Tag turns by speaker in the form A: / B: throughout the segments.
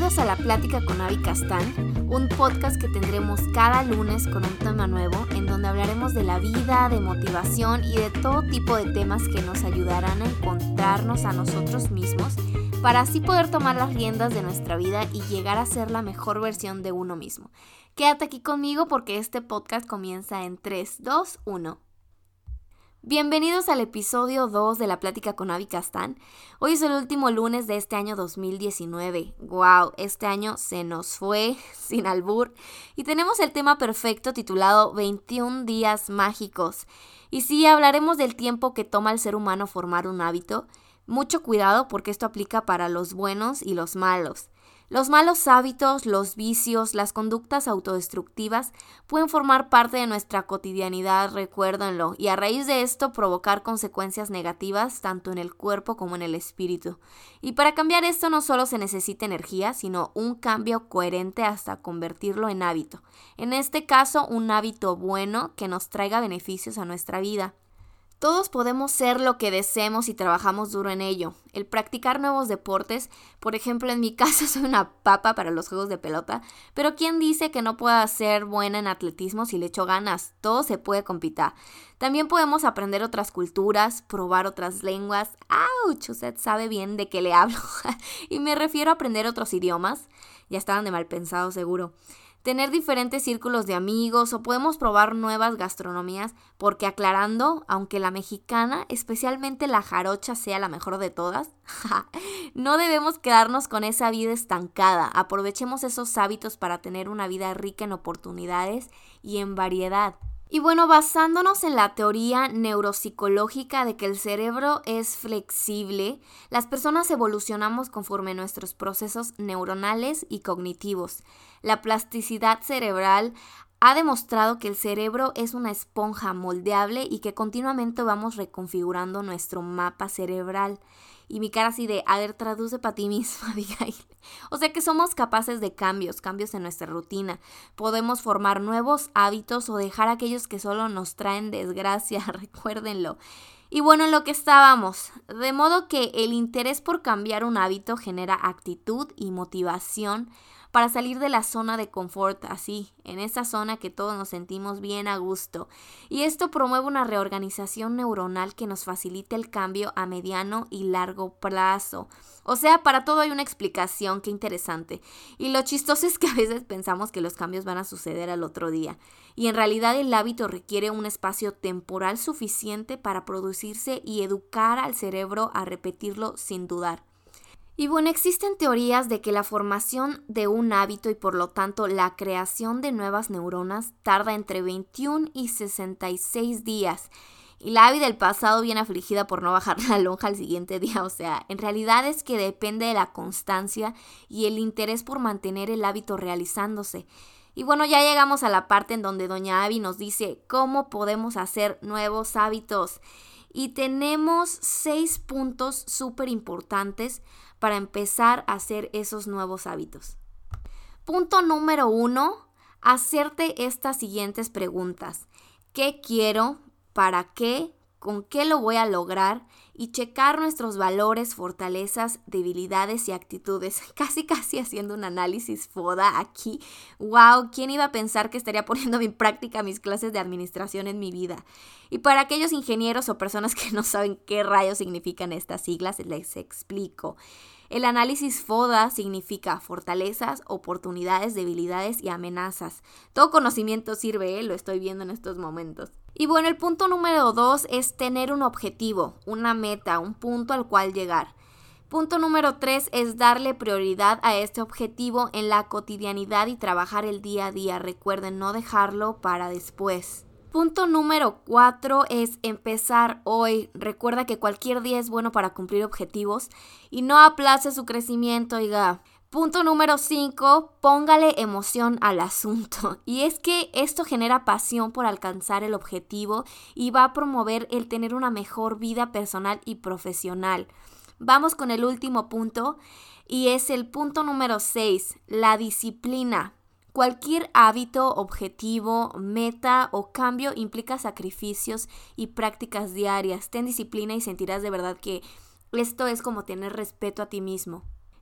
A: Bienvenidos a La Plática con Avi Castán, un podcast que tendremos cada lunes con un tema nuevo, en donde hablaremos de la vida, de motivación y de todo tipo de temas que nos ayudarán a encontrarnos a nosotros mismos, para así poder tomar las riendas de nuestra vida y llegar a ser la mejor versión de uno mismo. Quédate aquí conmigo porque este podcast comienza en 3, 2, 1. Bienvenidos al episodio 2 de La Plática con Avi Castán. Hoy es el último lunes de este año 2019. ¡Wow! Este año se nos fue sin albur. Y tenemos el tema perfecto titulado 21 días mágicos. Y sí, hablaremos del tiempo que toma al ser humano formar un hábito. Mucho cuidado porque esto aplica para los buenos y los malos. Los malos hábitos, los vicios, las conductas autodestructivas pueden formar parte de nuestra cotidianidad, recuérdenlo, y a raíz de esto provocar consecuencias negativas tanto en el cuerpo como en el espíritu. Y para cambiar esto no solo se necesita energía, sino un cambio coherente hasta convertirlo en hábito. En este caso, un hábito bueno que nos traiga beneficios a nuestra vida. Todos podemos ser lo que deseemos si trabajamos duro en ello. El practicar nuevos deportes, por ejemplo, en mi caso soy una papa para los juegos de pelota, pero ¿quién dice que no pueda ser buena en atletismo si le echo ganas? Todo se puede compitar. También podemos aprender otras culturas, probar otras lenguas. ¡Auch! Usted sabe bien de qué le hablo. Y me refiero a aprender otros idiomas. Ya estaban de mal pensado seguro. Tener diferentes círculos de amigos o podemos probar nuevas gastronomías porque aclarando, aunque la mexicana, especialmente la jarocha sea la mejor de todas, no debemos quedarnos con esa vida estancada. Aprovechemos esos hábitos para tener una vida rica en oportunidades y en variedad. Y bueno, basándonos en la teoría neuropsicológica de que el cerebro es flexible, las personas evolucionamos conforme nuestros procesos neuronales y cognitivos. La plasticidad cerebral ha demostrado que el cerebro es una esponja moldeable y que continuamente vamos reconfigurando nuestro mapa cerebral. Y mi cara así de, a ver, traduce para ti misma, Abigail. O sea que somos capaces de cambios en nuestra rutina. Podemos formar nuevos hábitos o dejar aquellos que solo nos traen desgracia, recuérdenlo. Y bueno, en lo que estábamos, de modo que el interés por cambiar un hábito genera actitud y motivación para salir de la zona de confort, así, en esa zona que todos nos sentimos bien a gusto. Y esto promueve una reorganización neuronal que nos facilita el cambio a mediano y largo plazo. O sea, para todo hay una explicación, qué interesante. Y lo chistoso es que a veces pensamos que los cambios van a suceder al otro día. Y en realidad el hábito requiere un espacio temporal suficiente para producirse y educar al cerebro a repetirlo sin dudar. Y bueno, existen teorías de que la formación de un hábito y por lo tanto la creación de nuevas neuronas tarda entre 21 y 66 días. Y la Abby del pasado viene afligida por no bajar la lonja al siguiente día. O sea, en realidad es que depende de la constancia y el interés por mantener el hábito realizándose. Y bueno, ya llegamos a la parte en donde doña Abby nos dice cómo podemos hacer nuevos hábitos. Y tenemos 6 puntos súper importantes para empezar a hacer esos nuevos hábitos. Punto número 1, hacerte estas siguientes preguntas. ¿Qué quiero? ¿Para qué? ¿Con qué lo voy a lograr? Y checar nuestros valores, fortalezas, debilidades y actitudes. Casi haciendo un análisis FODA aquí. ¡Wow! ¿Quién iba a pensar que estaría poniendo en práctica mis clases de administración en mi vida? Y para aquellos ingenieros o personas que no saben qué rayos significan estas siglas, les explico. El análisis FODA significa fortalezas, oportunidades, debilidades y amenazas. Todo conocimiento sirve, lo estoy viendo en estos momentos. Y bueno, el punto número 2 es tener un objetivo, una meta, un punto al cual llegar. Punto número 3 es darle prioridad a este objetivo en la cotidianidad y trabajar el día a día. Recuerden, no dejarlo para después. Punto número 4 es empezar hoy. Recuerda que cualquier día es bueno para cumplir objetivos y no aplace su crecimiento, oiga. Punto número 5, póngale emoción al asunto. Y es que esto genera pasión por alcanzar el objetivo y va a promover el tener una mejor vida personal y profesional. Vamos con el último punto y es el punto número 6, la disciplina. Cualquier hábito, objetivo, meta o cambio implica sacrificios y prácticas diarias. Ten disciplina y sentirás de verdad que esto es como tener respeto a ti mismo.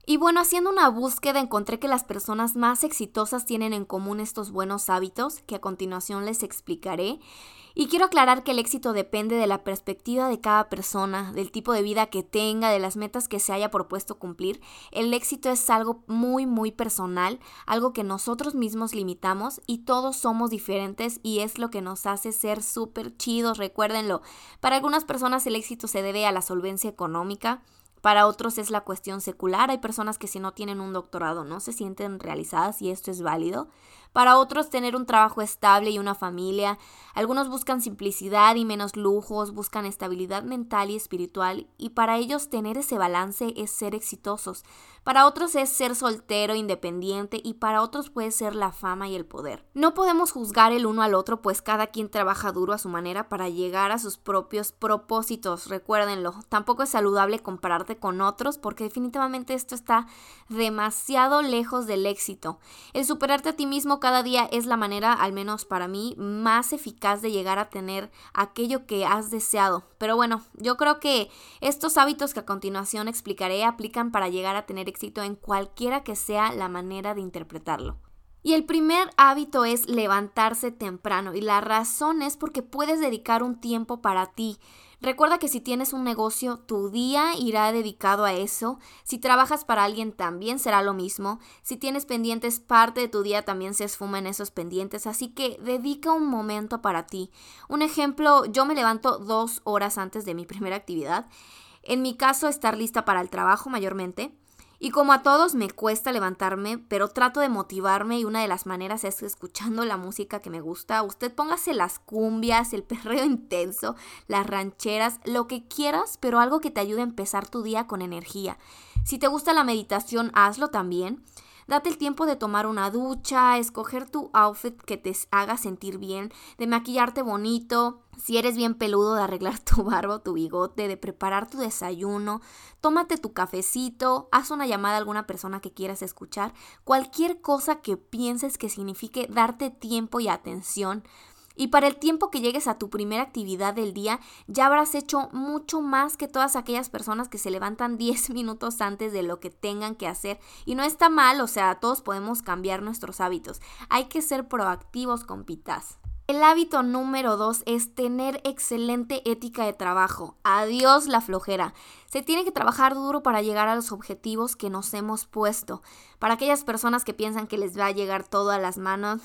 A: Y bueno, haciendo una búsqueda encontré que las personas más exitosas tienen en común estos buenos hábitos que a continuación les explicaré. Y quiero aclarar que el éxito depende de la perspectiva de cada persona, del tipo de vida que tenga, de las metas que se haya propuesto cumplir. El éxito es algo muy, muy personal, algo que nosotros mismos limitamos y todos somos diferentes y es lo que nos hace ser súper chidos, recuérdenlo. Para algunas personas el éxito se debe a la solvencia económica. Para otros es la cuestión secular. Hay personas que si no tienen un doctorado no se sienten realizadas y esto es válido. Para otros tener un trabajo estable y una familia. Algunos buscan simplicidad y menos lujos, buscan estabilidad mental y espiritual y para ellos tener ese balance es ser exitosos. Para otros es ser soltero, independiente y para otros puede ser la fama y el poder. No podemos juzgar el uno al otro pues cada quien trabaja duro a su manera para llegar a sus propios propósitos, recuérdenlo. Tampoco es saludable compararte con otros porque definitivamente esto está demasiado lejos del éxito. El superarte a ti mismo cada día es la manera, al menos para mí, más eficaz de llegar a tener aquello que has deseado. Pero bueno, yo creo que estos hábitos que a continuación explicaré aplican para llegar a tener éxito en cualquiera que sea la manera de interpretarlo. Y el primer hábito es levantarse temprano y la razón es porque puedes dedicar un tiempo para ti. Recuerda que si tienes un negocio, tu día irá dedicado a eso. Si trabajas para alguien, también será lo mismo. Si tienes pendientes, parte de tu día también se esfuma en esos pendientes. Así que dedica un momento para ti. Un ejemplo, yo me levanto 2 horas antes de mi primera actividad. En mi caso, estar lista para el trabajo mayormente. Y como a todos me cuesta levantarme, pero trato de motivarme y una de las maneras es escuchando la música que me gusta. Usted póngase las cumbias, el perreo intenso, las rancheras, lo que quieras, pero algo que te ayude a empezar tu día con energía. Si te gusta la meditación, hazlo también. Date el tiempo de tomar una ducha, escoger tu outfit que te haga sentir bien, de maquillarte bonito, si eres bien peludo, de arreglar tu barba o tu bigote, de preparar tu desayuno, tómate tu cafecito, haz una llamada a alguna persona que quieras escuchar, cualquier cosa que pienses que signifique darte tiempo y atención. Y para el tiempo que llegues a tu primera actividad del día, ya habrás hecho mucho más que todas aquellas personas que se levantan 10 minutos antes de lo que tengan que hacer. Y no está mal, o sea, todos podemos cambiar nuestros hábitos. Hay que ser proactivos, compitas. El hábito número 2 es tener excelente ética de trabajo. Adiós la flojera. Se tiene que trabajar duro para llegar a los objetivos que nos hemos puesto. Para aquellas personas que piensan que les va a llegar todo a las manos,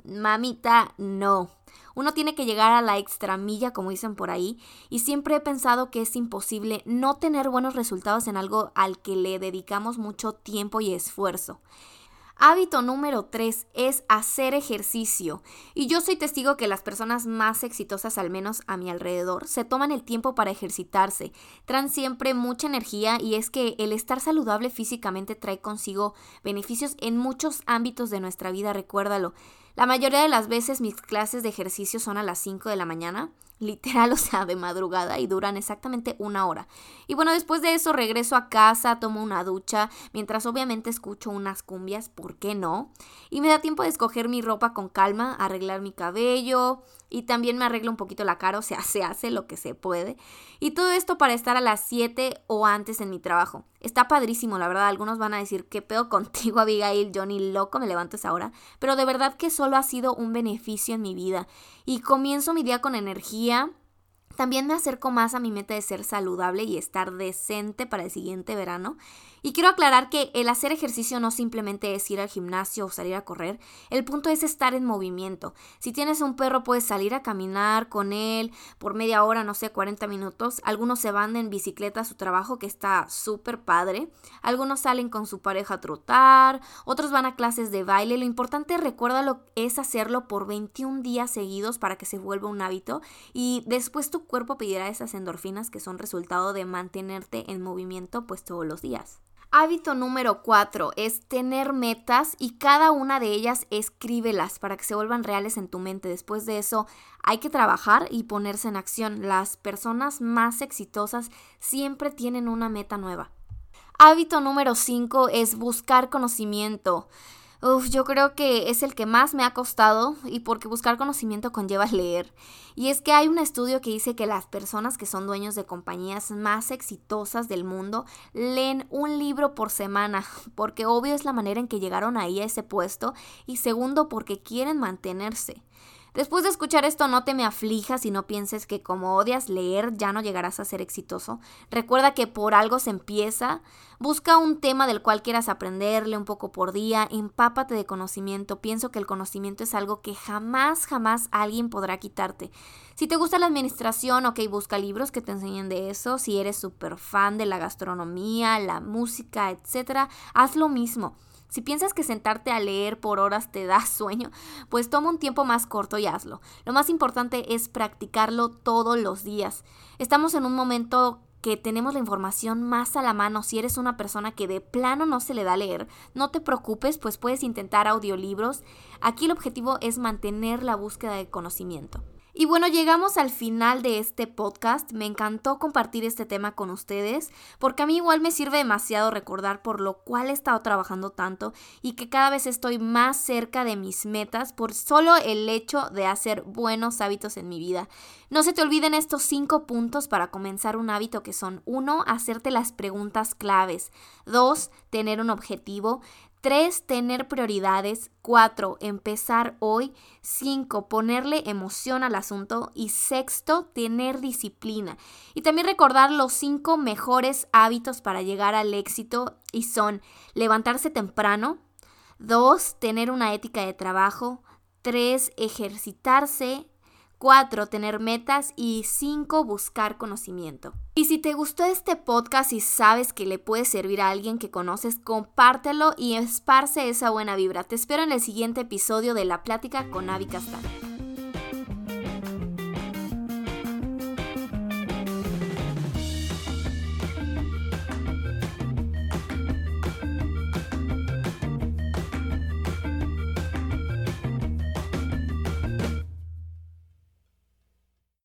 A: mamita, no. Uno tiene que llegar a la extramilla, como dicen por ahí, y siempre he pensado que es imposible no tener buenos resultados en algo al que le dedicamos mucho tiempo y esfuerzo. Hábito número 3 es hacer ejercicio. Y yo soy testigo que las personas más exitosas, al menos a mi alrededor, se toman el tiempo para ejercitarse. Traen siempre mucha energía y es que el estar saludable físicamente trae consigo beneficios en muchos ámbitos de nuestra vida, recuérdalo. La mayoría de las veces mis clases de ejercicio son a las 5 de la mañana, literal, o sea, de madrugada y duran exactamente 1 hora. Y bueno, después de eso regreso a casa, tomo una ducha, mientras obviamente escucho unas cumbias, ¿por qué no? Y me da tiempo de escoger mi ropa con calma, arreglar mi cabello y también me arreglo un poquito la cara, o sea, se hace lo que se puede. Y todo esto para estar a las 7 o antes en mi trabajo. Está padrísimo, la verdad. Algunos van a decir, ¿qué pedo contigo, Abigail? Yo ni loco me levanto a esa hora. Pero de verdad que solo ha sido un beneficio en mi vida. Y comienzo mi día con energía. También me acerco más a mi meta de ser saludable y estar decente para el siguiente verano. Y quiero aclarar que el hacer ejercicio no simplemente es ir al gimnasio o salir a correr. El punto es estar en movimiento. Si tienes un perro, puedes salir a caminar con él por media hora, no sé, 40 minutos. Algunos se van en bicicleta a su trabajo, que está súper padre. Algunos salen con su pareja a trotar. Otros van a clases de baile. Lo importante, recuérdalo, es hacerlo por 21 días seguidos para que se vuelva un hábito. Y después tu cuerpo pedirá esas endorfinas que son resultado de mantenerte en movimiento pues todos los días. Hábito número 4 es tener metas y cada una de ellas escríbelas para que se vuelvan reales en tu mente. Después de eso hay que trabajar y ponerse en acción. Las personas más exitosas siempre tienen una meta nueva. Hábito número 5 es buscar conocimiento. Yo creo que es el que más me ha costado y porque buscar conocimiento conlleva leer. Y es que hay un estudio que dice que las personas que son dueños de compañías más exitosas del mundo leen un libro por semana, porque obvio es la manera en que llegaron ahí a ese puesto y segundo porque quieren mantenerse. Después de escuchar esto, no te me aflijas y no pienses que como odias leer ya no llegarás a ser exitoso. Recuerda que por algo se empieza. Busca un tema del cual quieras aprenderle un poco por día, empápate de conocimiento. Pienso que el conocimiento es algo que jamás alguien podrá quitarte. Si te gusta la administración, busca libros que te enseñen de eso. Si eres súper fan de la gastronomía, la música, etc., haz lo mismo. Si piensas que sentarte a leer por horas te da sueño, pues toma un tiempo más corto y hazlo. Lo más importante es practicarlo todos los días. Estamos en un momento que tenemos la información más a la mano. Si eres una persona que de plano no se le da a leer, no te preocupes, pues puedes intentar audiolibros. Aquí el objetivo es mantener la búsqueda de conocimiento. Y bueno, llegamos al final de este podcast. Me encantó compartir este tema con ustedes porque a mí igual me sirve demasiado recordar por lo cual he estado trabajando tanto y que cada vez estoy más cerca de mis metas por solo el hecho de hacer buenos hábitos en mi vida. No se te olviden estos 5 puntos para comenzar un hábito que son: 1. Hacerte las preguntas claves. 2. Tener un objetivo. 3. Tener prioridades. 4. Empezar hoy. 5. Ponerle emoción al asunto. Y 6. Tener disciplina. Y también recordar los 5 mejores hábitos para llegar al éxito y son: levantarse temprano. 2. Tener una ética de trabajo. 3. Ejercitarse. 4. Tener metas y 5. Buscar conocimiento. Y si te gustó este podcast y sabes que le puede servir a alguien que conoces, compártelo y esparce esa buena vibra. Te espero en el siguiente episodio de La Plática con Abby Castán.